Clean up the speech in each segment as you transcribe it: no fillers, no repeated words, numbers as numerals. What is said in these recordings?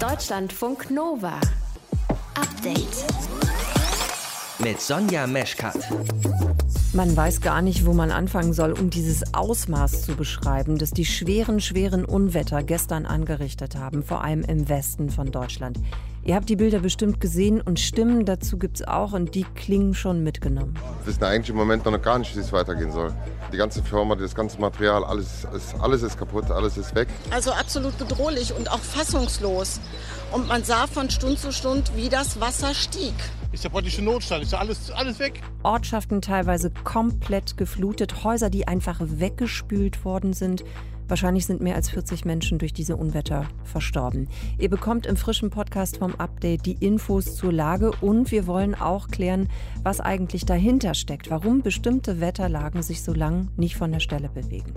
Deutschlandfunk Nova. Update. Mit Sonja Meschkat. Man weiß gar nicht, wo man anfangen soll, um dieses Ausmaß zu beschreiben, das die schweren Unwetter gestern angerichtet haben, vor allem im Westen von Deutschland. Ihr habt die Bilder bestimmt gesehen und Stimmen dazu gibt's auch und die klingen schon mitgenommen. Wir wissen eigentlich im Moment noch gar nicht, wie es weitergehen soll. Die ganze Firma, das ganze Material, alles ist kaputt, alles ist weg. Also absolut bedrohlich und auch fassungslos. Und man sah von Stund zu Stund, wie das Wasser stieg. Ist ja praktisch ein Notstand, ist ja alles weg. Ortschaften teilweise komplett geflutet, Häuser, die einfach weggespült worden sind. Wahrscheinlich sind mehr als 40 Menschen durch diese Unwetter verstorben. Ihr bekommt im frischen Podcast vom Update die Infos zur Lage und wir wollen auch klären, was eigentlich dahinter steckt, warum bestimmte Wetterlagen sich so lang nicht von der Stelle bewegen.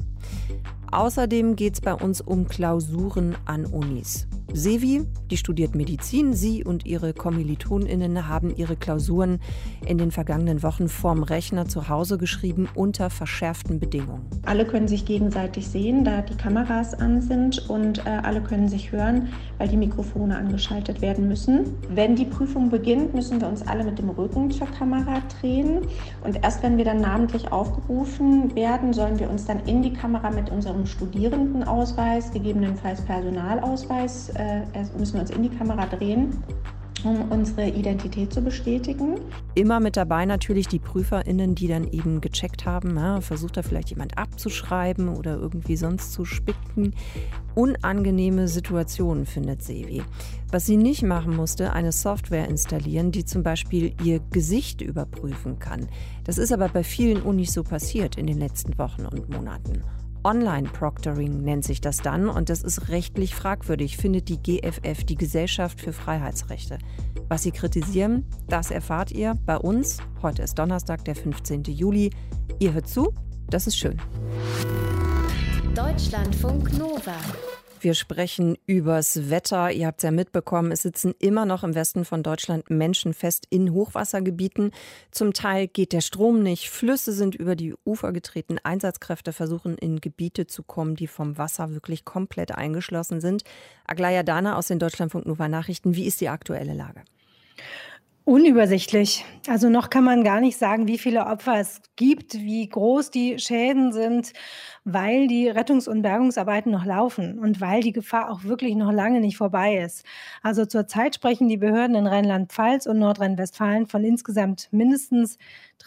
Außerdem geht es bei uns um Klausuren an Unis. Sevi, die studiert Medizin, sie und ihre KommilitonInnen haben ihre Klausuren in den vergangenen Wochen vorm Rechner zu Hause geschrieben unter verschärften Bedingungen. Alle können sich gegenseitig sehen, da die Kameras an sind und alle können sich hören, weil die Mikrofone angeschaltet werden müssen. Wenn die Prüfung beginnt, müssen wir uns alle mit dem Rücken zur Kamera drehen und erst wenn wir dann namentlich aufgerufen werden, sollen wir uns dann in die Kamera mit unserem Studierendenausweis, gegebenenfalls Personalausweis, müssen wir uns in die Kamera drehen, um unsere Identität zu bestätigen. Immer mit dabei natürlich die PrüferInnen, die dann eben gecheckt haben, versucht da vielleicht jemand abzuschreiben oder irgendwie sonst zu spicken. Unangenehme Situationen findet Sevi. Was sie nicht machen musste, eine Software installieren, die zum Beispiel ihr Gesicht überprüfen kann. Das ist aber bei vielen Unis so passiert in den letzten Wochen und Monaten. Online-Proctoring nennt sich das dann und das ist rechtlich fragwürdig, findet die GFF, die Gesellschaft für Freiheitsrechte. Was sie kritisieren, das erfahrt ihr bei uns. Heute ist Donnerstag, der 15. Juli. Ihr hört zu, das ist schön. Deutschlandfunk Nova. Wir sprechen übers Wetter. Ihr habt es ja mitbekommen, es sitzen immer noch im Westen von Deutschland Menschen fest in Hochwassergebieten. Zum Teil geht der Strom nicht, Flüsse sind über die Ufer getreten. Einsatzkräfte versuchen in Gebiete zu kommen, die vom Wasser wirklich komplett eingeschlossen sind. Aglaya Dana aus den Deutschlandfunk Nova Nachrichten. Wie ist die aktuelle Lage? Unübersichtlich. Also noch kann man gar nicht sagen, wie viele Opfer es gibt, wie groß die Schäden sind, weil die Rettungs- und Bergungsarbeiten noch laufen und weil die Gefahr auch wirklich noch lange nicht vorbei ist. Also zurzeit sprechen die Behörden in Rheinland-Pfalz und Nordrhein-Westfalen von insgesamt mindestens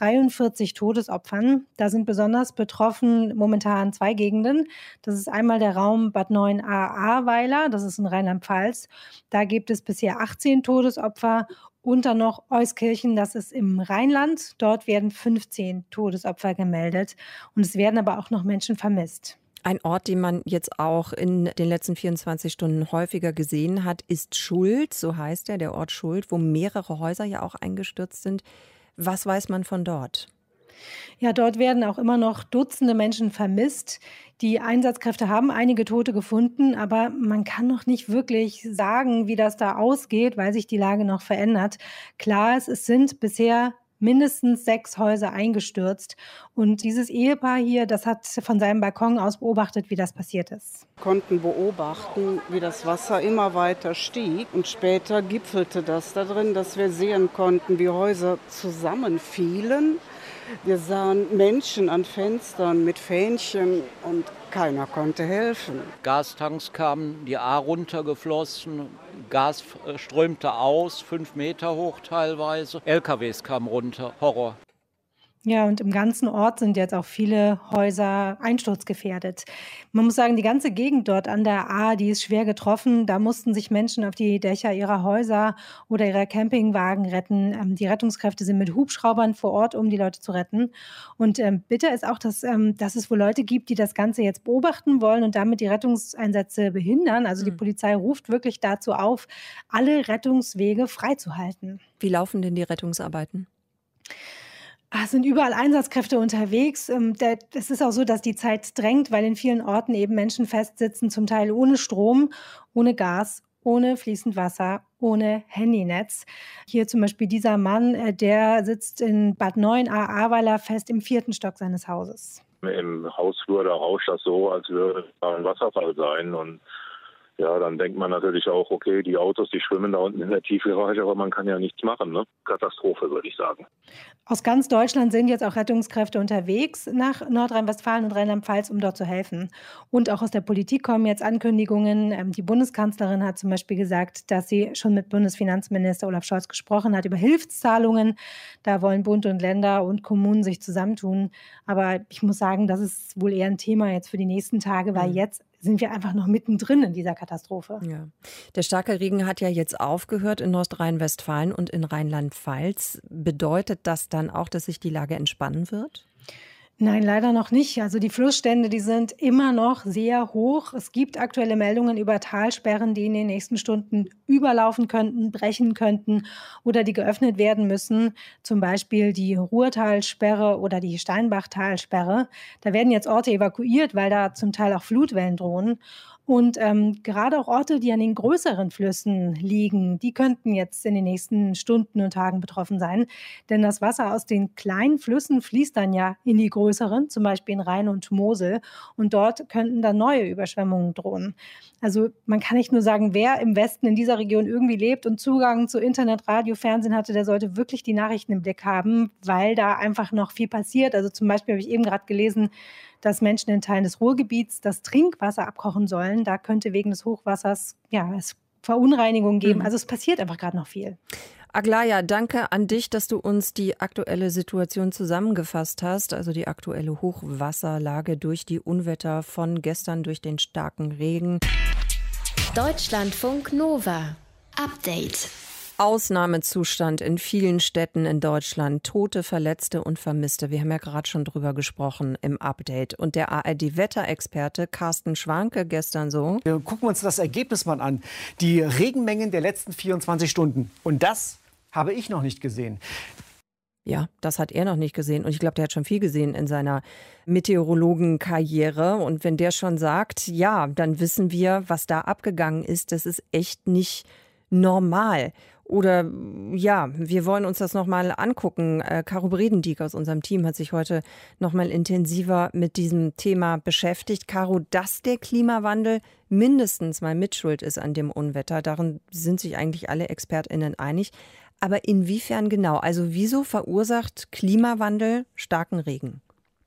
43 Todesopfern. Da sind besonders betroffen momentan 2 Gegenden. Das ist einmal der Raum Bad 9a-Ahrweiler, das ist in Rheinland-Pfalz. Da gibt es bisher 18 Todesopfer. Und dann noch Euskirchen, das ist im Rheinland. Dort werden 15 Todesopfer gemeldet. Und es werden aber auch noch Menschen vermisst. Ein Ort, den man jetzt auch in den letzten 24 Stunden häufiger gesehen hat, ist Schuld, so heißt der Ort Schuld, wo mehrere Häuser ja auch eingestürzt sind. Was weiß man von dort? Ja, dort werden auch immer noch Dutzende Menschen vermisst. Die Einsatzkräfte haben einige Tote gefunden, aber man kann noch nicht wirklich sagen, wie das da ausgeht, weil sich die Lage noch verändert. Klar ist, es sind bisher mindestens 6 Häuser eingestürzt. Und dieses Ehepaar hier, das hat von seinem Balkon aus beobachtet, wie das passiert ist. Wir konnten beobachten, wie das Wasser immer weiter stieg. Und später gipfelte das da drin, dass wir sehen konnten, wie Häuser zusammenfielen. Wir sahen Menschen an Fenstern mit Fähnchen und keiner konnte helfen. Gastanks kamen die Ahr runtergeflossen, Gas strömte aus, 5 Meter hoch teilweise. LKWs kamen runter, Horror. Ja, und im ganzen Ort sind jetzt auch viele Häuser einsturzgefährdet. Man muss sagen, die ganze Gegend dort an der Ahr, die ist schwer getroffen. Da mussten sich Menschen auf die Dächer ihrer Häuser oder ihrer Campingwagen retten. Die Rettungskräfte sind mit Hubschraubern vor Ort, um die Leute zu retten. Und bitter ist auch, dass es wohl Leute gibt, die das Ganze jetzt beobachten wollen und damit die Rettungseinsätze behindern. Also die Polizei ruft wirklich dazu auf, alle Rettungswege freizuhalten. Wie laufen denn die Rettungsarbeiten? Es sind überall Einsatzkräfte unterwegs. Es ist auch so, dass die Zeit drängt, weil in vielen Orten eben Menschen festsitzen, zum Teil ohne Strom, ohne Gas, ohne fließend Wasser, ohne Handynetz. Hier zum Beispiel dieser Mann, der sitzt in Bad 9a-Ahrweiler fest im 4. Stock seines Hauses. Im Hausflur, da rauscht das so, als würde es ein Wasserfall sein. Und Ja, dann denkt man natürlich auch, okay, die Autos, die schwimmen da unten in der Tiefgarage, aber man kann ja nichts machen, ne? Katastrophe, würde ich sagen. Aus ganz Deutschland sind jetzt auch Rettungskräfte unterwegs nach Nordrhein-Westfalen und Rheinland-Pfalz, um dort zu helfen. Und auch aus der Politik kommen jetzt Ankündigungen. Die Bundeskanzlerin hat zum Beispiel gesagt, dass sie schon mit Bundesfinanzminister Olaf Scholz gesprochen hat über Hilfszahlungen. Da wollen Bund und Länder und Kommunen sich zusammentun. Aber ich muss sagen, das ist wohl eher ein Thema jetzt für die nächsten Tage, weil jetzt sind wir einfach noch mittendrin in dieser Katastrophe. Ja. Der starke Regen hat ja jetzt aufgehört in Nordrhein-Westfalen und in Rheinland-Pfalz. Bedeutet das dann auch, dass sich die Lage entspannen wird? Nein, leider noch nicht. Also die Flussstände, die sind immer noch sehr hoch. Es gibt aktuelle Meldungen über Talsperren, die in den nächsten Stunden überlaufen könnten, brechen könnten oder die geöffnet werden müssen. Zum Beispiel die Ruhrtalsperre oder die Steinbachtalsperre. Da werden jetzt Orte evakuiert, weil da zum Teil auch Flutwellen drohen. Und gerade auch Orte, die an den größeren Flüssen liegen, die könnten jetzt in den nächsten Stunden und Tagen betroffen sein. Denn das Wasser aus den kleinen Flüssen fließt dann ja in die größeren, zum Beispiel in Rhein und Mosel. Und dort könnten dann neue Überschwemmungen drohen. Also man kann nicht nur sagen, wer im Westen in dieser Region irgendwie lebt und Zugang zu Internet, Radio, Fernsehen hatte, der sollte wirklich die Nachrichten im Blick haben, weil da einfach noch viel passiert. Also zum Beispiel habe ich eben gerade gelesen, dass Menschen in Teilen des Ruhrgebiets das Trinkwasser abkochen sollen. Da könnte wegen des Hochwassers es Verunreinigungen geben. Also es passiert einfach gerade noch viel. Aglaya, danke an dich, dass du uns die aktuelle Situation zusammengefasst hast, also die aktuelle Hochwasserlage durch die Unwetter von gestern, durch den starken Regen. Deutschlandfunk Nova. Update. Ausnahmezustand in vielen Städten in Deutschland. Tote, Verletzte und Vermisste. Wir haben ja gerade schon drüber gesprochen im Update. Und der ARD-Wetterexperte Carsten Schwanke gestern so. Wir gucken uns das Ergebnis mal an. Die Regenmengen der letzten 24 Stunden. Und das habe ich noch nicht gesehen. Ja, das hat er noch nicht gesehen. Und ich glaube, der hat schon viel gesehen in seiner Meteorologenkarriere. Und wenn der schon sagt, ja, dann wissen wir, was da abgegangen ist. Das ist echt nicht normal. Oder ja, wir wollen uns das nochmal angucken. Caro Bredendieck aus unserem Team hat sich heute nochmal intensiver mit diesem Thema beschäftigt. Caro, dass der Klimawandel mindestens mal mitschuld ist an dem Unwetter, darin sind sich eigentlich alle ExpertInnen einig. Aber inwiefern genau? Also wieso verursacht Klimawandel starken Regen?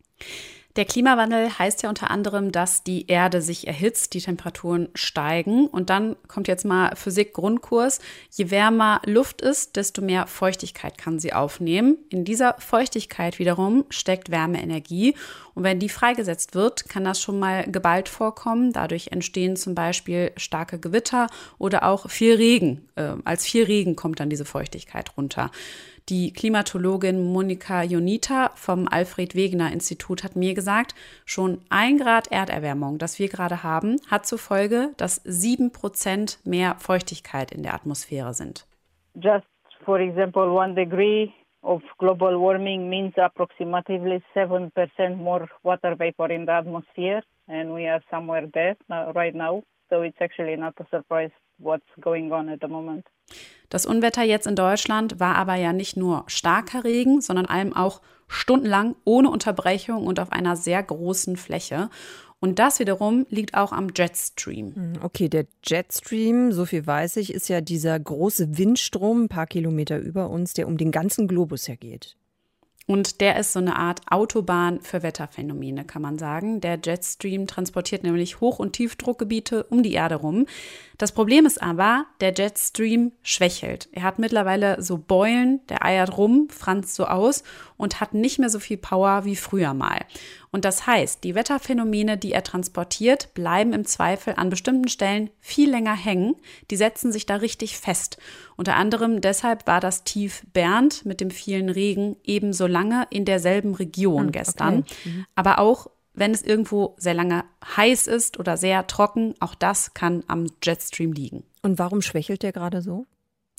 Der Klimawandel heißt ja unter anderem, dass die Erde sich erhitzt, die Temperaturen steigen. Und dann kommt jetzt mal Physik-Grundkurs. Je wärmer Luft ist, desto mehr Feuchtigkeit kann sie aufnehmen. In dieser Feuchtigkeit wiederum steckt Wärmeenergie. Und wenn die freigesetzt wird, kann das schon mal geballt vorkommen. Dadurch entstehen zum Beispiel starke Gewitter oder auch viel Regen. Als viel Regen kommt dann diese Feuchtigkeit runter. Die Klimatologin Monika Jonita vom Alfred-Wegener-Institut hat mir gesagt, schon 1 Grad Erderwärmung, das wir gerade haben, hat zur Folge, dass 7% mehr Feuchtigkeit in der Atmosphäre sind. Just for example, 1 degree of global warming means approximately 7% more water vapor in the atmosphere, and we are somewhere there right now. So it's actually not a surprise what's going on at the moment. Das Unwetter jetzt in Deutschland war aber ja nicht nur starker Regen, sondern allem auch stundenlang ohne Unterbrechung und auf einer sehr großen Fläche. Und das wiederum liegt auch am Jetstream. Okay, der Jetstream, so viel weiß ich, ist ja dieser große Windstrom, ein paar Kilometer über uns, der um den ganzen Globus hergeht. Und der ist so eine Art Autobahn für Wetterphänomene, kann man sagen. Der Jetstream transportiert nämlich Hoch- und Tiefdruckgebiete um die Erde rum. Das Problem ist aber, der Jetstream schwächelt. Er hat mittlerweile so Beulen, der eiert rum, franzt so aus und hat nicht mehr so viel Power wie früher mal. Und das heißt, die Wetterphänomene, die er transportiert, bleiben im Zweifel an bestimmten Stellen viel länger hängen. Die setzen sich da richtig fest. Unter anderem deshalb war das Tief Bernd mit dem vielen Regen ebenso lange in derselben Region gestern. Okay. Aber auch wenn es irgendwo sehr lange heiß ist oder sehr trocken, auch das kann am Jetstream liegen. Und warum schwächelt der gerade so?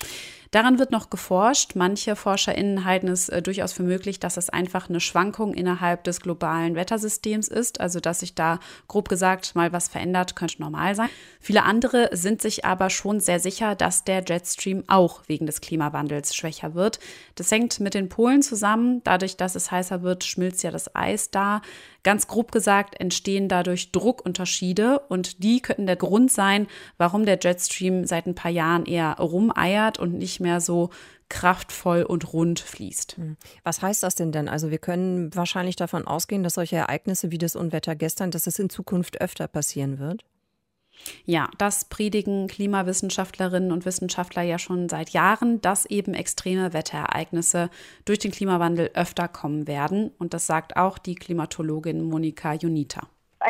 Daran wird noch geforscht. Manche ForscherInnen halten es durchaus für möglich, dass es einfach eine Schwankung innerhalb des globalen Wettersystems ist, also dass sich da grob gesagt mal was verändert, könnte normal sein. Viele andere sind sich aber schon sehr sicher, dass der Jetstream auch wegen des Klimawandels schwächer wird. Das hängt mit den Polen zusammen. Dadurch, dass es heißer wird, schmilzt ja das Eis da. Ganz grob gesagt entstehen dadurch Druckunterschiede und die könnten der Grund sein, warum der Jetstream seit ein paar Jahren eher rumeiert und nicht mehr so kraftvoll und rund fließt. Was heißt das denn? Also wir können wahrscheinlich davon ausgehen, dass solche Ereignisse wie das Unwetter gestern, dass es in Zukunft öfter passieren wird? Ja, das predigen Klimawissenschaftlerinnen und Wissenschaftler ja schon seit Jahren, dass eben extreme Wetterereignisse durch den Klimawandel öfter kommen werden. Und das sagt auch die Klimatologin Monika Junita.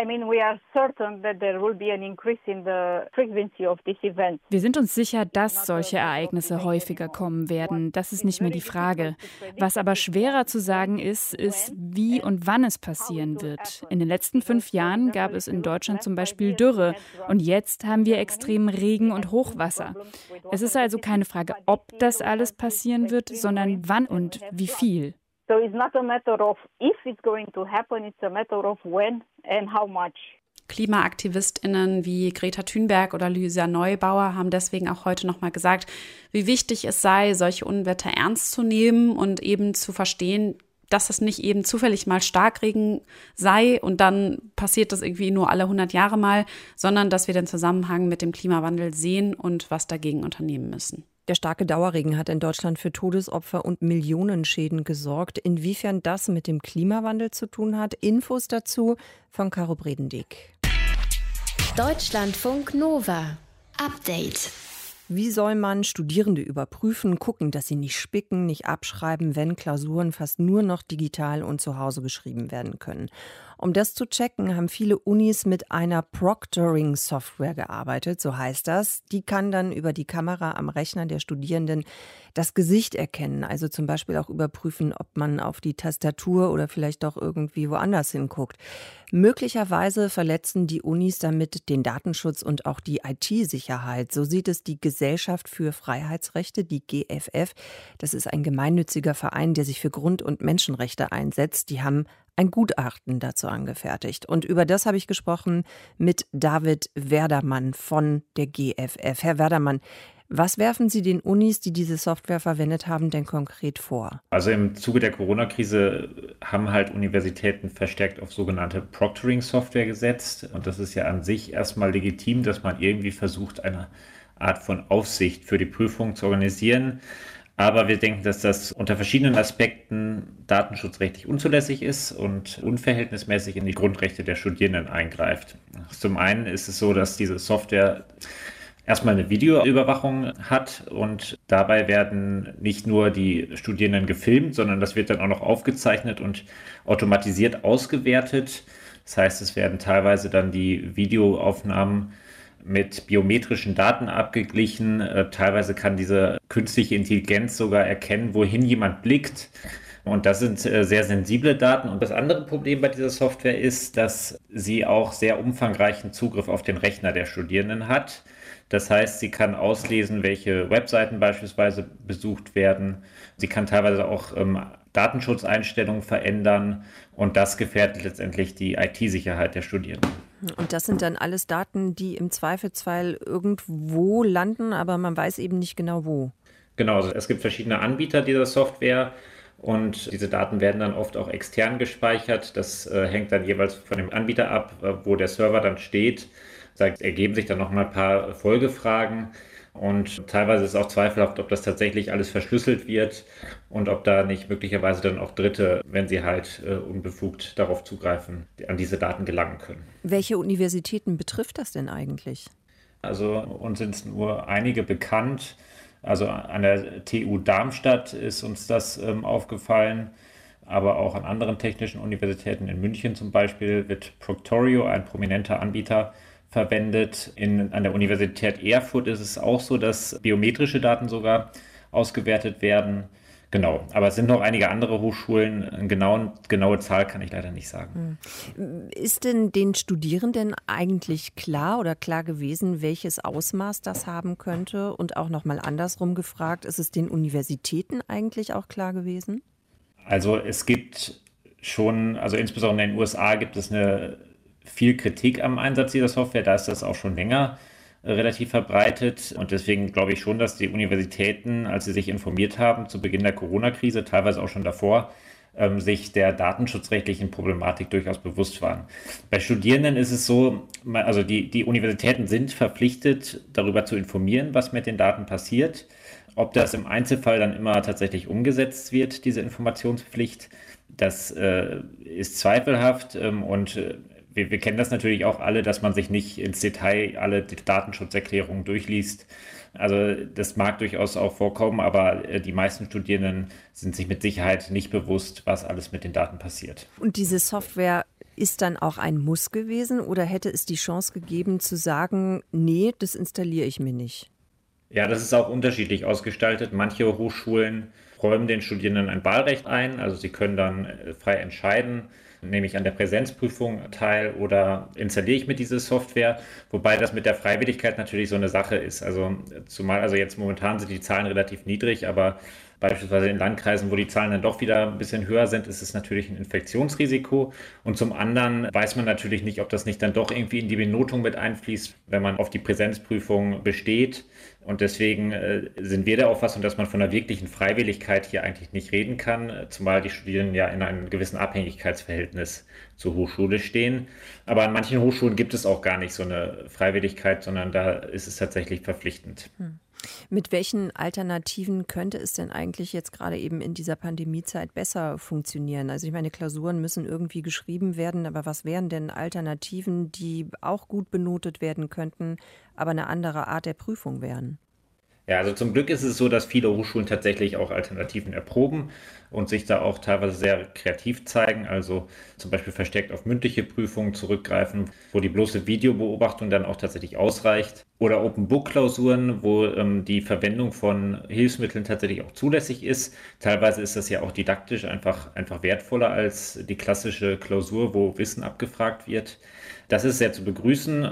Wir sind uns sicher, dass solche Ereignisse häufiger kommen werden. Das ist nicht mehr die Frage. Was aber schwerer zu sagen ist, wie und wann es passieren wird. In den letzten 5 Jahren gab es in Deutschland zum Beispiel Dürre und jetzt haben wir extremen Regen und Hochwasser. Es ist also keine Frage, ob das alles passieren wird, sondern wann und wie viel. So it's not a matter of if it's going to happen, it's a matter of when and how much. KlimaaktivistInnen wie Greta Thunberg oder Luisa Neubauer haben deswegen auch heute nochmal gesagt, wie wichtig es sei, solche Unwetter ernst zu nehmen und eben zu verstehen, dass es nicht eben zufällig mal Starkregen sei und dann passiert das irgendwie nur alle 100 Jahre mal, sondern dass wir den Zusammenhang mit dem Klimawandel sehen und was dagegen unternehmen müssen. Der starke Dauerregen hat in Deutschland für Todesopfer und Millionenschäden gesorgt. Inwiefern das mit dem Klimawandel zu tun hat, Infos dazu von Caro Bredendiek. Deutschlandfunk Nova. Update. Wie soll man Studierende überprüfen, gucken, dass sie nicht spicken, nicht abschreiben, wenn Klausuren fast nur noch digital und zu Hause geschrieben werden können? Um das zu checken, haben viele Unis mit einer Proctoring-Software gearbeitet, so heißt das. Die kann dann über die Kamera am Rechner der Studierenden das Gesicht erkennen, also zum Beispiel auch überprüfen, ob man auf die Tastatur oder vielleicht doch irgendwie woanders hinguckt. Möglicherweise verletzen die Unis damit den Datenschutz und auch die IT-Sicherheit. So sieht es die Gesellschaft für Freiheitsrechte, die GFF. Das ist ein gemeinnütziger Verein, der sich für Grund- und Menschenrechte einsetzt. Die haben ein Gutachten dazu angefertigt. Und über das habe ich gesprochen mit David Werdermann von der GFF. Herr Werdermann, was werfen Sie den Unis, die diese Software verwendet haben, denn konkret vor? Also im Zuge der Corona-Krise haben halt Universitäten verstärkt auf sogenannte Proctoring-Software gesetzt. Und das ist ja an sich erstmal legitim, dass man irgendwie versucht, eine Art von Aufsicht für die Prüfung zu organisieren. Aber wir denken, dass das unter verschiedenen Aspekten datenschutzrechtlich unzulässig ist und unverhältnismäßig in die Grundrechte der Studierenden eingreift. Zum einen ist es so, dass diese Software erstmal eine Videoüberwachung hat und dabei werden nicht nur die Studierenden gefilmt, sondern das wird dann auch noch aufgezeichnet und automatisiert ausgewertet. Das heißt, es werden teilweise dann die Videoaufnahmen mit biometrischen Daten abgeglichen. Teilweise kann diese künstliche Intelligenz sogar erkennen, wohin jemand blickt. Und das sind sehr sensible Daten. Und das andere Problem bei dieser Software ist, dass sie auch sehr umfangreichen Zugriff auf den Rechner der Studierenden hat. Das heißt, sie kann auslesen, welche Webseiten beispielsweise besucht werden. Sie kann teilweise auch Datenschutzeinstellungen verändern. Und das gefährdet letztendlich die IT-Sicherheit der Studierenden. Und das sind dann alles Daten, die im Zweifelsfall irgendwo landen, aber man weiß eben nicht genau wo. Genau, also es gibt verschiedene Anbieter dieser Software und diese Daten werden dann oft auch extern gespeichert. Das hängt dann jeweils von dem Anbieter ab, wo der Server dann steht. Da ergeben sich dann noch mal ein paar Folgefragen. Und teilweise ist es auch zweifelhaft, ob das tatsächlich alles verschlüsselt wird und ob da nicht möglicherweise dann auch Dritte, wenn sie halt unbefugt darauf zugreifen, an diese Daten gelangen können. Welche Universitäten betrifft das denn eigentlich? Also uns sind nur einige bekannt. Also an der TU Darmstadt ist uns das aufgefallen, aber auch an anderen technischen Universitäten in München zum Beispiel wird Proctorio, ein prominenter Anbieter, verwendet. An der Universität Erfurt ist es auch so, dass biometrische Daten sogar ausgewertet werden. Genau, aber es sind noch einige andere Hochschulen. Eine genaue Zahl kann ich leider nicht sagen. Ist denn den Studierenden eigentlich klar gewesen, welches Ausmaß das haben könnte? Und auch nochmal andersrum gefragt, ist es den Universitäten eigentlich auch klar gewesen? Also es gibt schon, also insbesondere in den USA gibt es viel Kritik am Einsatz dieser Software. Da ist das auch schon länger relativ verbreitet. Und deswegen glaube ich schon, dass die Universitäten, als sie sich informiert haben zu Beginn der Corona-Krise, teilweise auch schon davor, sich der datenschutzrechtlichen Problematik durchaus bewusst waren. Bei Studierenden ist es so, also die Universitäten sind verpflichtet, darüber zu informieren, was mit den Daten passiert. Ob das im Einzelfall dann immer tatsächlich umgesetzt wird, diese Informationspflicht, das ist zweifelhaft und wir kennen das natürlich auch alle, dass man sich nicht ins Detail alle Datenschutzerklärungen durchliest. Also das mag durchaus auch vorkommen, aber die meisten Studierenden sind sich mit Sicherheit nicht bewusst, was alles mit den Daten passiert. Und diese Software ist dann auch ein Muss gewesen oder hätte es die Chance gegeben zu sagen, nee, das installiere ich mir nicht? Ja, das ist auch unterschiedlich ausgestaltet. Manche Hochschulen räumen den Studierenden ein Wahlrecht ein, also sie können dann frei entscheiden, nehme ich an der Präsenzprüfung teil oder installiere ich mir diese Software, wobei das mit der Freiwilligkeit natürlich so eine Sache ist. Also jetzt momentan sind die Zahlen relativ niedrig, aber beispielsweise in Landkreisen, wo die Zahlen dann doch wieder ein bisschen höher sind, ist es natürlich ein Infektionsrisiko. Und zum anderen weiß man natürlich nicht, ob das nicht dann doch irgendwie in die Benotung mit einfließt, wenn man auf die Präsenzprüfung besteht. Und deswegen sind wir der Auffassung, dass man von einer wirklichen Freiwilligkeit hier eigentlich nicht reden kann, zumal die Studierenden ja in einem gewissen Abhängigkeitsverhältnis zur Hochschule stehen. Aber an manchen Hochschulen gibt es auch gar nicht so eine Freiwilligkeit, sondern da ist es tatsächlich verpflichtend. Mit welchen Alternativen könnte es denn eigentlich jetzt gerade eben in dieser Pandemiezeit besser funktionieren? Also ich meine, Klausuren müssen irgendwie geschrieben werden, aber was wären denn Alternativen, die auch gut benotet werden könnten, aber eine andere Art der Prüfung wären? Ja, also zum Glück ist es so, dass viele Hochschulen tatsächlich auch Alternativen erproben und sich da auch teilweise sehr kreativ zeigen, also zum Beispiel verstärkt auf mündliche Prüfungen zurückgreifen, wo die bloße Videobeobachtung dann auch tatsächlich ausreicht. Oder Open-Book-Klausuren, wo die Verwendung von Hilfsmitteln tatsächlich auch zulässig ist. Teilweise ist das ja auch didaktisch einfach wertvoller als die klassische Klausur, wo Wissen abgefragt wird. Das ist sehr zu begrüßen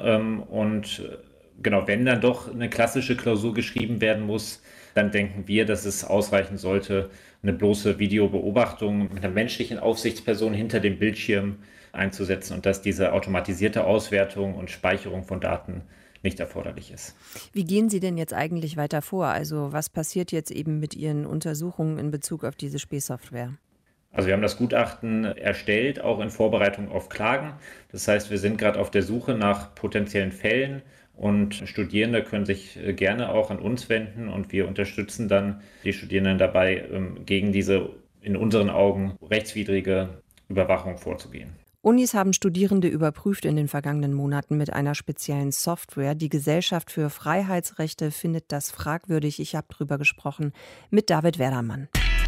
und genau, wenn dann doch eine klassische Klausur geschrieben werden muss, dann denken wir, dass es ausreichen sollte, eine bloße Videobeobachtung mit einer menschlichen Aufsichtsperson hinter dem Bildschirm einzusetzen und dass diese automatisierte Auswertung und Speicherung von Daten nicht erforderlich ist. Wie gehen Sie denn jetzt eigentlich weiter vor? Also was passiert jetzt eben mit Ihren Untersuchungen in Bezug auf diese Spähsoftware? Also wir haben das Gutachten erstellt, auch in Vorbereitung auf Klagen. Das heißt, wir sind gerade auf der Suche nach potenziellen Fällen und Studierende können sich gerne auch an uns wenden und wir unterstützen dann die Studierenden dabei, gegen diese in unseren Augen rechtswidrige Überwachung vorzugehen. Unis haben Studierende überprüft in den vergangenen Monaten mit einer speziellen Software. Die Gesellschaft für Freiheitsrechte findet das fragwürdig. Ich habe drüber gesprochen mit David Werdermann.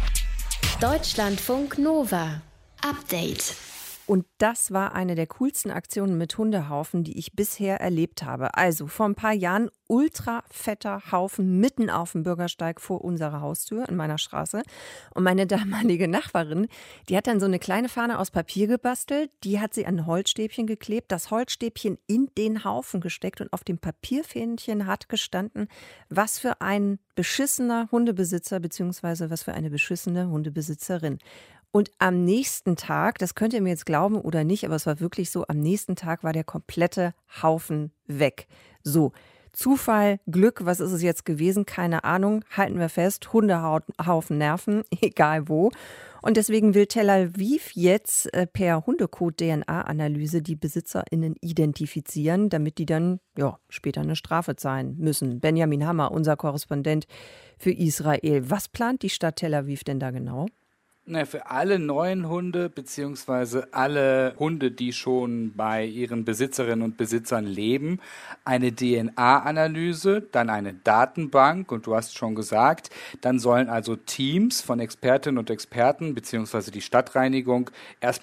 Deutschlandfunk Nova. Update. Und das war eine der coolsten Aktionen mit Hundehaufen, die ich bisher erlebt habe. Also vor ein paar Jahren ultra fetter Haufen mitten auf dem Bürgersteig vor unserer Haustür in meiner Straße. Und meine damalige Nachbarin, die hat dann so eine kleine Fahne aus Papier gebastelt. Die hat sie an ein Holzstäbchen geklebt, das Holzstäbchen in den Haufen gesteckt und auf dem Papierfähnchen hat gestanden, was für ein beschissener Hundebesitzer bzw. was für eine beschissene Hundebesitzerin. Und am nächsten Tag, das könnt ihr mir jetzt glauben oder nicht, aber es war wirklich so, am nächsten Tag war der komplette Haufen weg. So, Zufall, Glück, was ist es jetzt gewesen? Keine Ahnung, halten wir fest, Hundehaufen nerven, egal wo. Und deswegen will Tel Aviv jetzt per Hundecode-DNA-Analyse die BesitzerInnen identifizieren, damit die dann später eine Strafe zahlen müssen. Benjamin Hammer, unser Korrespondent für Israel. Was plant die Stadt Tel Aviv denn da genau? Für alle neuen Hunde beziehungsweise alle Hunde, die schon bei ihren Besitzerinnen und Besitzern leben, eine DNA-Analyse, dann eine Datenbank und du hast schon gesagt, dann sollen also Teams von Expertinnen und Experten beziehungsweise die Stadtreinigung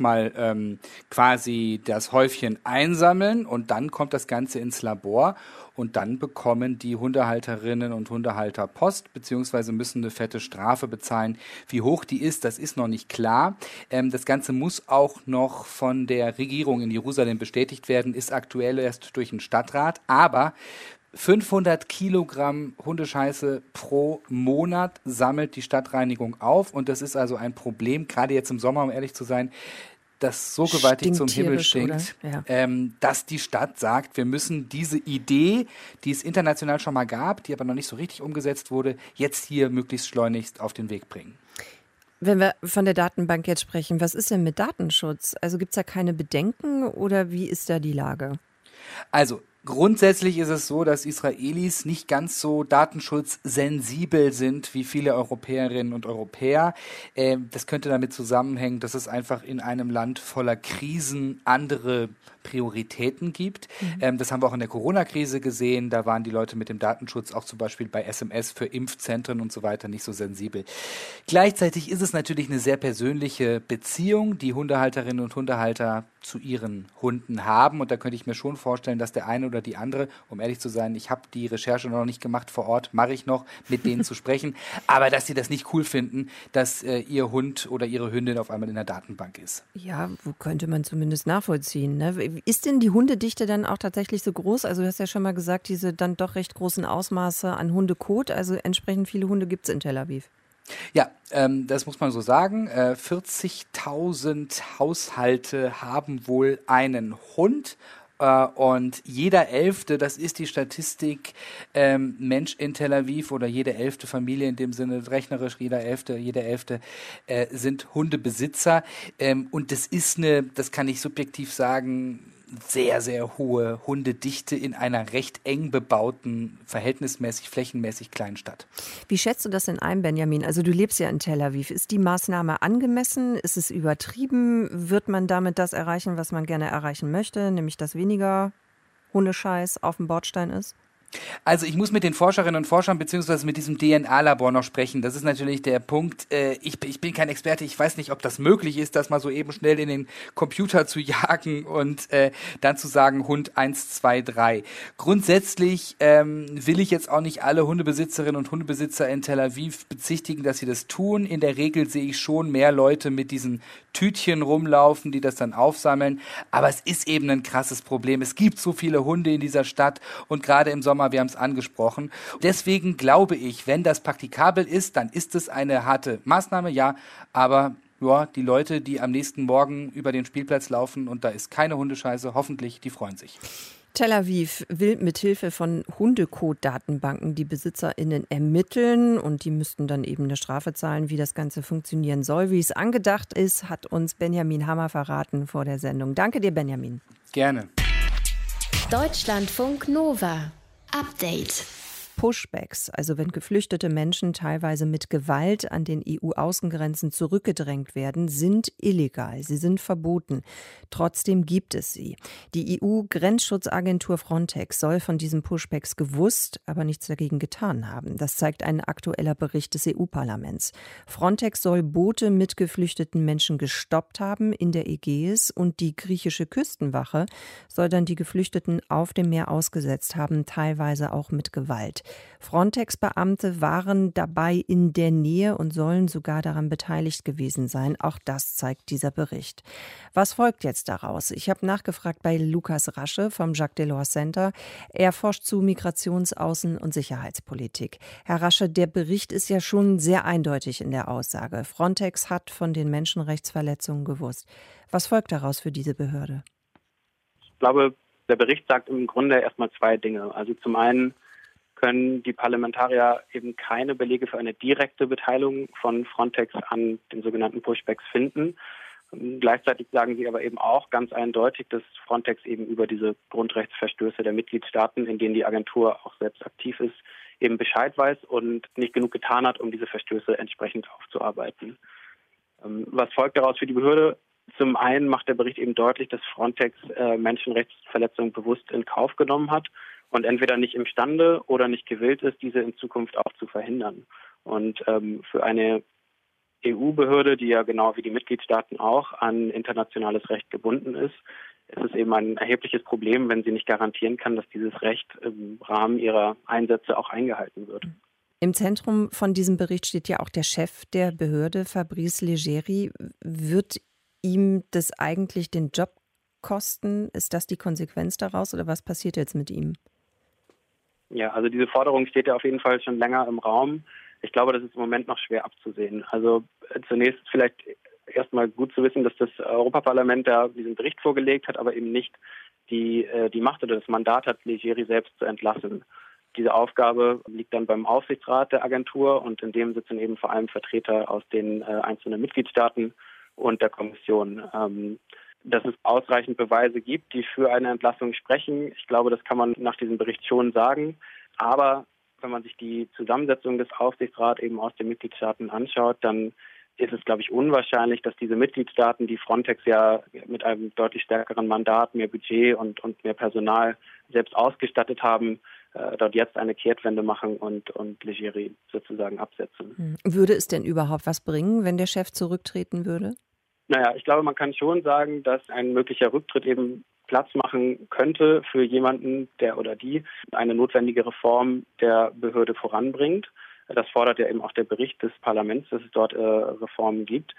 erstmal quasi das Häufchen einsammeln und dann kommt das Ganze ins Labor. und dann bekommen die Hundehalterinnen und Hundehalter Post, beziehungsweise müssen eine fette Strafe bezahlen. Wie hoch die ist, das ist noch nicht klar. Das Ganze muss auch noch von der Regierung in Jerusalem bestätigt werden, ist aktuell erst durch den Stadtrat, aber 500 Kilogramm Hundescheiße pro Monat sammelt die Stadtreinigung auf und das ist also ein Problem, gerade jetzt im Sommer, um ehrlich zu sein, das so gewaltig zum Himmel stinkt, dass die Stadt sagt, wir müssen diese Idee, die es international schon mal gab, die aber noch nicht so richtig umgesetzt wurde, jetzt hier möglichst schleunigst auf den Weg bringen. Wenn wir von der Datenbank jetzt sprechen, was ist denn mit Datenschutz? Also gibt es da keine Bedenken oder wie ist da die Lage? Also grundsätzlich ist es so, dass Israelis nicht ganz so datenschutzsensibel sind wie viele Europäerinnen und Europäer. Das könnte damit zusammenhängen, dass es einfach in einem Land voller Krisen andere Prioritäten gibt. Das haben wir auch in der Corona-Krise gesehen. Da waren die Leute mit dem Datenschutz auch zum Beispiel bei SMS für Impfzentren und so weiter nicht so sensibel. Gleichzeitig ist es natürlich eine sehr persönliche Beziehung, die Hundehalterinnen und Hundehalter zu ihren Hunden haben. Und da könnte ich mir schon vorstellen, dass der eine oder die andere, um ehrlich zu sein, ich habe die Recherche noch nicht gemacht vor Ort, mache ich noch, mit denen zu sprechen, aber dass sie das nicht cool finden, dass ihr Hund oder ihre Hündin auf einmal in der Datenbank ist. Ja, wo könnte man zumindest nachvollziehen, ne? Ist denn die Hundedichte dann auch tatsächlich so groß? Also du hast ja schon mal gesagt, diese dann doch recht großen Ausmaße an Hundekot, also entsprechend viele Hunde gibt es in Tel Aviv. Ja, das muss man so sagen. 40.000 Haushalte haben wohl einen Hund. Und jeder 11., das ist die Statistik, Mensch in Tel Aviv oder jede 11. Familie in dem Sinne, rechnerisch jede 11. Sind Hundebesitzer. Und das ist das kann ich subjektiv sagen, sehr, sehr hohe Hundedichte in einer recht eng bebauten, verhältnismäßig, flächenmäßig kleinen Stadt. Wie schätzt du das denn ein, Benjamin? Also du lebst ja in Tel Aviv. Ist die Maßnahme angemessen? Ist es übertrieben? Wird man damit das erreichen, was man gerne erreichen möchte, nämlich dass weniger Hundescheiß auf dem Bordstein ist? Also ich muss mit den Forscherinnen und Forschern beziehungsweise mit diesem DNA-Labor noch sprechen. Das ist natürlich der Punkt. Ich bin kein Experte. Ich weiß nicht, ob das möglich ist, das mal so eben schnell in den Computer zu jagen und dann zu sagen, Hund 1, 2, 3. Grundsätzlich will ich jetzt auch nicht alle Hundebesitzerinnen und Hundebesitzer in Tel Aviv bezichtigen, dass sie das tun. In der Regel sehe ich schon mehr Leute mit diesen Tütchen rumlaufen, die das dann aufsammeln. Aber es ist eben ein krasses Problem. Es gibt so viele Hunde in dieser Stadt und gerade im Sommer, wir haben es angesprochen. Deswegen glaube ich, wenn das praktikabel ist, dann ist es eine harte Maßnahme, ja, aber ja, die Leute, die am nächsten Morgen über den Spielplatz laufen und da ist keine Hundescheiße, hoffentlich, die freuen sich. Tel Aviv will mithilfe von Hundekot-Datenbanken die BesitzerInnen ermitteln und die müssten dann eben eine Strafe zahlen. Wie das Ganze funktionieren soll, wie es angedacht ist, hat uns Benjamin Hammer verraten vor der Sendung. Danke dir, Benjamin. Gerne. Deutschlandfunk Nova. Update. Pushbacks, also wenn geflüchtete Menschen teilweise mit Gewalt an den EU-Außengrenzen zurückgedrängt werden, sind illegal. Sie sind verboten. Trotzdem gibt es sie. Die EU-Grenzschutzagentur Frontex soll von diesen Pushbacks gewusst, aber nichts dagegen getan haben. Das zeigt ein aktueller Bericht des EU-Parlaments. Frontex soll Boote mit geflüchteten Menschen gestoppt haben in der Ägäis und die griechische Küstenwache soll dann die Geflüchteten auf dem Meer ausgesetzt haben, teilweise auch mit Gewalt. Frontex-Beamte waren dabei in der Nähe und sollen sogar daran beteiligt gewesen sein. Auch das zeigt dieser Bericht. Was folgt jetzt daraus? Ich habe nachgefragt bei Lukas Rasche vom Jacques Delors Center. Er forscht zu Migrations-, Außen- und Sicherheitspolitik. Herr Rasche, der Bericht ist ja schon sehr eindeutig in der Aussage. Frontex hat von den Menschenrechtsverletzungen gewusst. Was folgt daraus für diese Behörde? Ich glaube, der Bericht sagt im Grunde erstmal zwei Dinge. Also zum einen können die Parlamentarier eben keine Belege für eine direkte Beteiligung von Frontex an den sogenannten Pushbacks finden. Gleichzeitig sagen sie aber eben auch ganz eindeutig, dass Frontex eben über diese Grundrechtsverstöße der Mitgliedstaaten, in denen die Agentur auch selbst aktiv ist, eben Bescheid weiß und nicht genug getan hat, um diese Verstöße entsprechend aufzuarbeiten. Was folgt daraus für die Behörde? Zum einen macht der Bericht eben deutlich, dass Frontex Menschenrechtsverletzungen bewusst in Kauf genommen hat und entweder nicht imstande oder nicht gewillt ist, diese in Zukunft auch zu verhindern. Und für eine EU-Behörde, die ja genau wie die Mitgliedstaaten auch an internationales Recht gebunden ist, ist es eben ein erhebliches Problem, wenn sie nicht garantieren kann, dass dieses Recht im Rahmen ihrer Einsätze auch eingehalten wird. Im Zentrum von diesem Bericht steht ja auch der Chef der Behörde, Fabrice Leggeri. Wird ihm das eigentlich den Job kosten? Ist das die Konsequenz daraus oder was passiert jetzt mit ihm? Ja, also diese Forderung steht ja auf jeden Fall schon länger im Raum. Ich glaube, das ist im Moment noch schwer abzusehen. Also zunächst vielleicht erstmal gut zu wissen, dass das Europaparlament da diesen Bericht vorgelegt hat, aber eben nicht die Macht oder das Mandat hat, Leggeri selbst zu entlassen. Diese Aufgabe liegt dann beim Aufsichtsrat der Agentur und in dem sitzen eben vor allem Vertreter aus den einzelnen Mitgliedstaaten und der Kommission. Dass es ausreichend Beweise gibt, die für eine Entlassung sprechen. Ich glaube, das kann man nach diesem Bericht schon sagen. Aber wenn man sich die Zusammensetzung des Aufsichtsrats eben aus den Mitgliedstaaten anschaut, dann ist es, glaube ich, unwahrscheinlich, dass diese Mitgliedstaaten, die Frontex ja mit einem deutlich stärkeren Mandat, mehr Budget und mehr Personal selbst ausgestattet haben, dort jetzt eine Kehrtwende machen und Leggeri sozusagen absetzen. Würde es denn überhaupt was bringen, wenn der Chef zurücktreten würde? Naja, ich glaube, man kann schon sagen, dass ein möglicher Rücktritt eben Platz machen könnte für jemanden, der oder die eine notwendige Reform der Behörde voranbringt. Das fordert ja eben auch der Bericht des Parlaments, dass es dort Reformen gibt.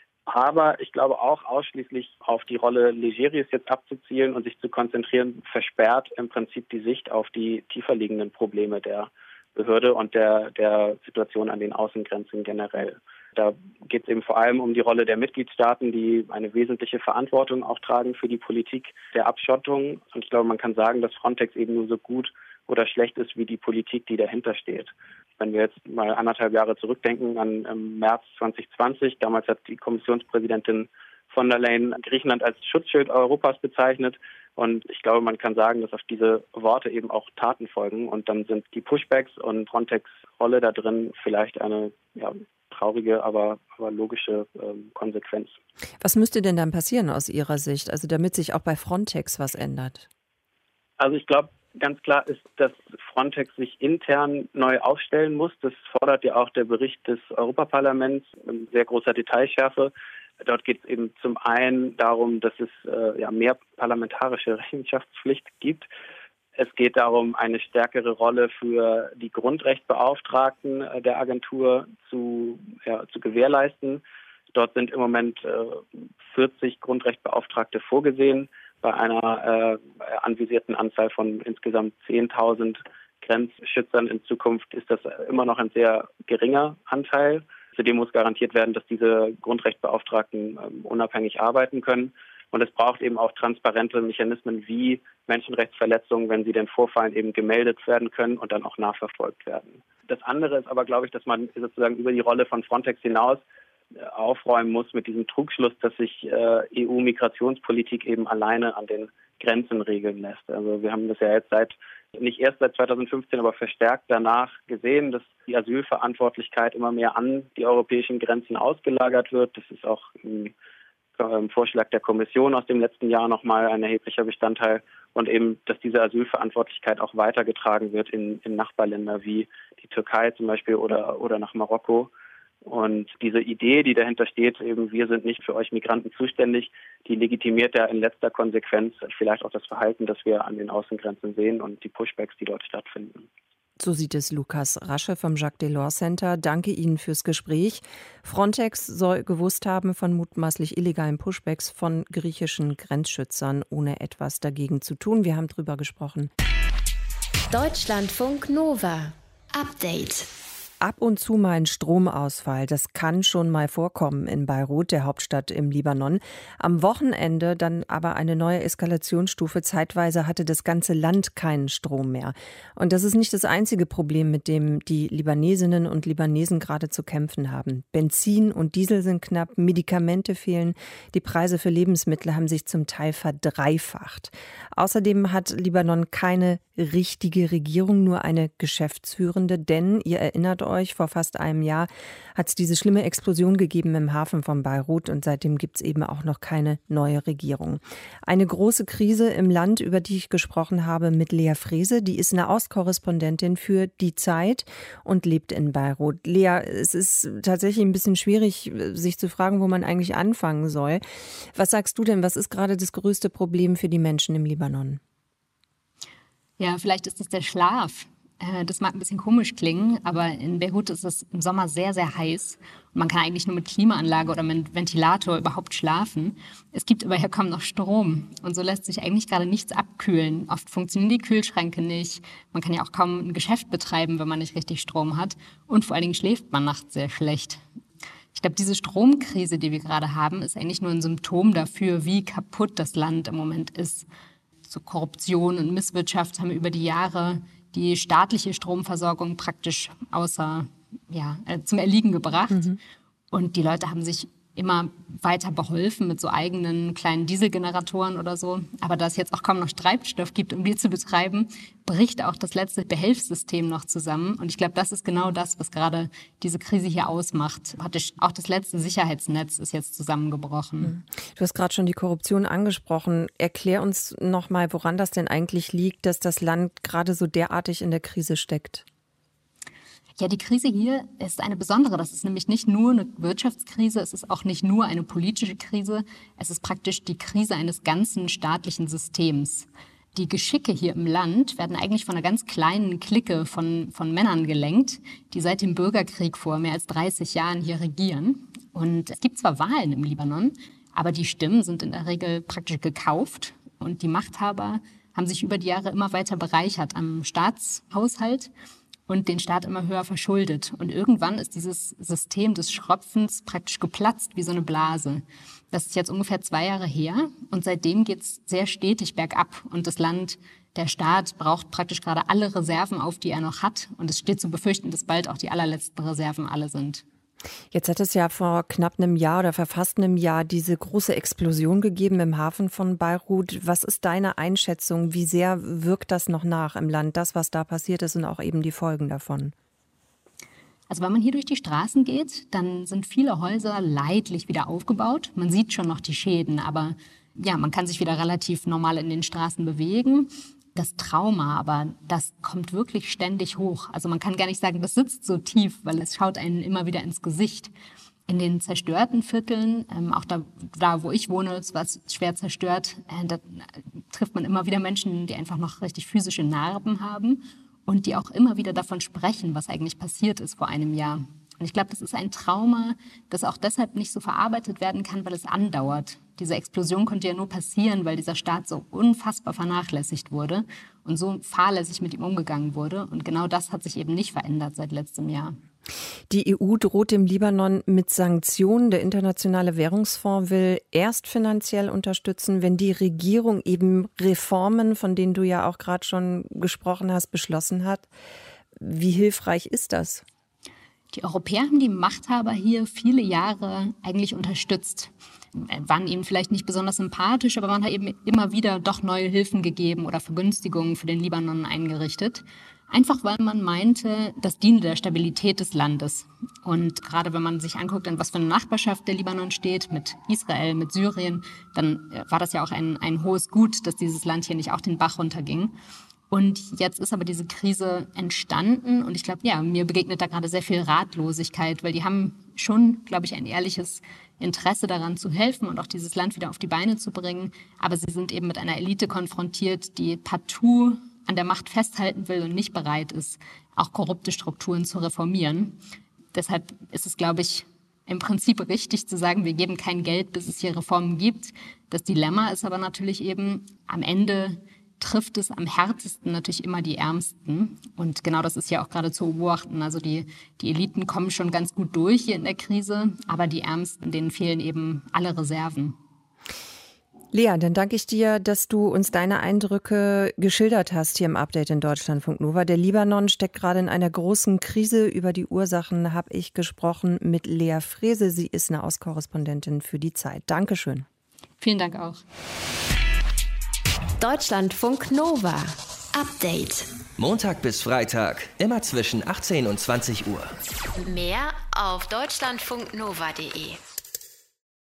Aber ich glaube auch ausschließlich auf die Rolle Leggeris jetzt abzuzielen und sich zu konzentrieren, versperrt im Prinzip die Sicht auf die tiefer liegenden Probleme der Behörde und der Situation an den Außengrenzen generell. Da geht es eben vor allem um die Rolle der Mitgliedstaaten, die eine wesentliche Verantwortung auch tragen für die Politik der Abschottung. Und ich glaube, man kann sagen, dass Frontex eben nur so gut oder schlecht ist wie die Politik, die dahinter steht. Wenn wir jetzt mal 1,5 Jahre zurückdenken an März 2020, damals hat die Kommissionspräsidentin von der Leyen Griechenland als Schutzschild Europas bezeichnet. Und ich glaube, man kann sagen, dass auf diese Worte eben auch Taten folgen. Und dann sind die Pushbacks und Frontex Rolle da drin vielleicht eine traurige, aber logische Konsequenz. Was müsste denn dann passieren aus Ihrer Sicht, also damit sich auch bei Frontex was ändert? Also ich glaube, ganz klar ist, dass Frontex sich intern neu aufstellen muss. Das fordert ja auch der Bericht des Europaparlaments in sehr großer Detailschärfe. Dort geht es eben zum einen darum, dass es mehr parlamentarische Rechenschaftspflicht gibt. Es geht darum, eine stärkere Rolle für die Grundrechtsbeauftragten der Agentur zu gewährleisten. Dort sind im Moment 40 Grundrechtsbeauftragte vorgesehen. Bei einer anvisierten Anzahl von insgesamt 10.000 Grenzschützern in Zukunft ist das immer noch ein sehr geringer Anteil. Zudem muss garantiert werden, dass diese Grundrechtsbeauftragten unabhängig arbeiten können. Und es braucht eben auch transparente Mechanismen wie Menschenrechtsverletzungen, wenn sie denn vorfallen, eben gemeldet werden können und dann auch nachverfolgt werden. Das andere ist aber, glaube ich, dass man sozusagen über die Rolle von Frontex hinaus aufräumen muss mit diesem Trugschluss, dass sich EU-Migrationspolitik eben alleine an den Grenzen regeln lässt. Also wir haben das ja jetzt nicht erst seit 2015, aber verstärkt danach gesehen, dass die Asylverantwortlichkeit immer mehr an die europäischen Grenzen ausgelagert wird. Das ist auch im Vorschlag der Kommission aus dem letzten Jahr nochmal ein erheblicher Bestandteil und eben, dass diese Asylverantwortlichkeit auch weitergetragen wird in Nachbarländer wie die Türkei zum Beispiel oder nach Marokko. Und diese Idee, die dahinter steht, eben wir sind nicht für euch Migranten zuständig, die legitimiert ja in letzter Konsequenz vielleicht auch das Verhalten, das wir an den Außengrenzen sehen und die Pushbacks, die dort stattfinden. So sieht es Lukas Rasche vom Jacques Delors Center. Danke Ihnen fürs Gespräch. Frontex soll gewusst haben von mutmaßlich illegalen Pushbacks von griechischen Grenzschützern, ohne etwas dagegen zu tun. Wir haben drüber gesprochen. Deutschlandfunk Nova. Update. Ab und zu mal ein Stromausfall, das kann schon mal vorkommen in Beirut, der Hauptstadt im Libanon. Am Wochenende dann aber eine neue Eskalationsstufe. Zeitweise hatte das ganze Land keinen Strom mehr. Und das ist nicht das einzige Problem, mit dem die Libanesinnen und Libanesen gerade zu kämpfen haben. Benzin und Diesel sind knapp, Medikamente fehlen, die Preise für Lebensmittel haben sich zum Teil verdreifacht. Außerdem hat Libanon keine richtige Regierung, nur eine geschäftsführende, denn ihr erinnert euch, vor fast einem Jahr hat es diese schlimme Explosion gegeben im Hafen von Beirut und seitdem gibt es eben auch noch keine neue Regierung. Eine große Krise im Land, über die ich gesprochen habe mit Lea Frese, die ist Nahostkorrespondentin für Die Zeit und lebt in Beirut. Lea, es ist tatsächlich ein bisschen schwierig, sich zu fragen, wo man eigentlich anfangen soll. Was sagst du denn, was ist gerade das größte Problem für die Menschen im Libanon? Ja, vielleicht ist es der Schlaf. Das mag ein bisschen komisch klingen, aber in Beirut ist es im Sommer sehr, sehr heiß. Und man kann eigentlich nur mit Klimaanlage oder mit Ventilator überhaupt schlafen. Es gibt aber hier kaum noch Strom. Und so lässt sich eigentlich gerade nichts abkühlen. Oft funktionieren die Kühlschränke nicht. Man kann ja auch kaum ein Geschäft betreiben, wenn man nicht richtig Strom hat. Und vor allen Dingen schläft man nachts sehr schlecht. Ich glaube, diese Stromkrise, die wir gerade haben, ist eigentlich nur ein Symptom dafür, wie kaputt das Land im Moment ist. So Korruption und Misswirtschaft haben über die Jahre die staatliche Stromversorgung praktisch zum Erliegen gebracht. Und die Leute haben sich immer weiter beholfen mit so eigenen kleinen Dieselgeneratoren oder so. Aber da es jetzt auch kaum noch Treibstoff gibt, um die zu betreiben, bricht auch das letzte Behelfssystem noch zusammen. Und ich glaube, das ist genau das, was gerade diese Krise hier ausmacht. Praktisch auch das letzte Sicherheitsnetz ist jetzt zusammengebrochen. Du hast gerade schon die Korruption angesprochen. Erklär uns noch mal, woran das denn eigentlich liegt, dass das Land gerade so derartig in der Krise steckt. Ja, die Krise hier ist eine besondere. Das ist nämlich nicht nur eine Wirtschaftskrise, es ist auch nicht nur eine politische Krise. Es ist praktisch die Krise eines ganzen staatlichen Systems. Die Geschicke hier im Land werden eigentlich von einer ganz kleinen Clique von Männern gelenkt, die seit dem Bürgerkrieg vor mehr als 30 Jahren hier regieren. Und es gibt zwar Wahlen im Libanon, aber die Stimmen sind in der Regel praktisch gekauft. Und die Machthaber haben sich über die Jahre immer weiter bereichert am Staatshaushalt und den Staat immer höher verschuldet. Und irgendwann ist dieses System des Schröpfens praktisch geplatzt wie so eine Blase. Das ist jetzt ungefähr 2 Jahre her und seitdem geht es sehr stetig bergab. Und das Land, der Staat braucht praktisch gerade alle Reserven auf, die er noch hat. Und es steht zu befürchten, dass bald auch die allerletzten Reserven alle sind. Jetzt hat es ja vor knapp einem Jahr oder fast einem Jahr diese große Explosion gegeben im Hafen von Beirut. Was ist deine Einschätzung? Wie sehr wirkt das noch nach im Land, das, was da passiert ist und auch eben die Folgen davon? Also wenn man hier durch die Straßen geht, dann sind viele Häuser leidlich wieder aufgebaut. Man sieht schon noch die Schäden, aber ja, man kann sich wieder relativ normal in den Straßen bewegen. Das Trauma, aber das kommt wirklich ständig hoch. Also man kann gar nicht sagen, das sitzt so tief, weil es schaut einen immer wieder ins Gesicht. In den zerstörten Vierteln, auch da wo ich wohne, es war schwer zerstört, da trifft man immer wieder Menschen, die einfach noch richtig physische Narben haben und die auch immer wieder davon sprechen, was eigentlich passiert ist vor einem Jahr. Und ich glaube, das ist ein Trauma, das auch deshalb nicht so verarbeitet werden kann, weil es andauert. Diese Explosion konnte ja nur passieren, weil dieser Staat so unfassbar vernachlässigt wurde und so fahrlässig mit ihm umgegangen wurde. Und genau das hat sich eben nicht verändert seit letztem Jahr. Die EU droht dem Libanon mit Sanktionen. Der Internationale Währungsfonds will erst finanziell unterstützen, wenn die Regierung eben Reformen, von denen du ja auch gerade schon gesprochen hast, beschlossen hat. Wie hilfreich ist das? Die Europäer haben die Machthaber hier viele Jahre eigentlich unterstützt. Waren ihnen vielleicht nicht besonders sympathisch, aber man hat eben immer wieder doch neue Hilfen gegeben oder Vergünstigungen für den Libanon eingerichtet. Einfach weil man meinte, das diene der Stabilität des Landes. Und gerade wenn man sich anguckt, in was für eine Nachbarschaft der Libanon steht, mit Israel, mit Syrien, dann war das ja auch ein hohes Gut, dass dieses Land hier nicht auch den Bach runterging. Und jetzt ist aber diese Krise entstanden und ich glaube, ja, mir begegnet da gerade sehr viel Ratlosigkeit, weil die haben schon, glaube ich, ein ehrliches Interesse daran zu helfen und auch dieses Land wieder auf die Beine zu bringen. Aber sie sind eben mit einer Elite konfrontiert, die partout an der Macht festhalten will und nicht bereit ist, auch korrupte Strukturen zu reformieren. Deshalb ist es, glaube ich, im Prinzip richtig zu sagen, wir geben kein Geld, bis es hier Reformen gibt. Das Dilemma ist aber natürlich eben, am Ende trifft es am härtesten natürlich immer die Ärmsten. Und genau das ist ja auch gerade zu beobachten. Also die Eliten kommen schon ganz gut durch hier in der Krise, aber die Ärmsten, denen fehlen eben alle Reserven. Lea, dann danke ich dir, dass du uns deine Eindrücke geschildert hast hier im Update in Deutschlandfunk Nova. Der Libanon steckt gerade in einer großen Krise. Über die Ursachen habe ich gesprochen mit Lea Frese. Sie ist eine Nahostkorrespondentin für Die Zeit. Dankeschön. Vielen Dank auch. Deutschlandfunk Nova. Update. Montag bis Freitag, immer zwischen 18 und 20 Uhr. Mehr auf deutschlandfunknova.de.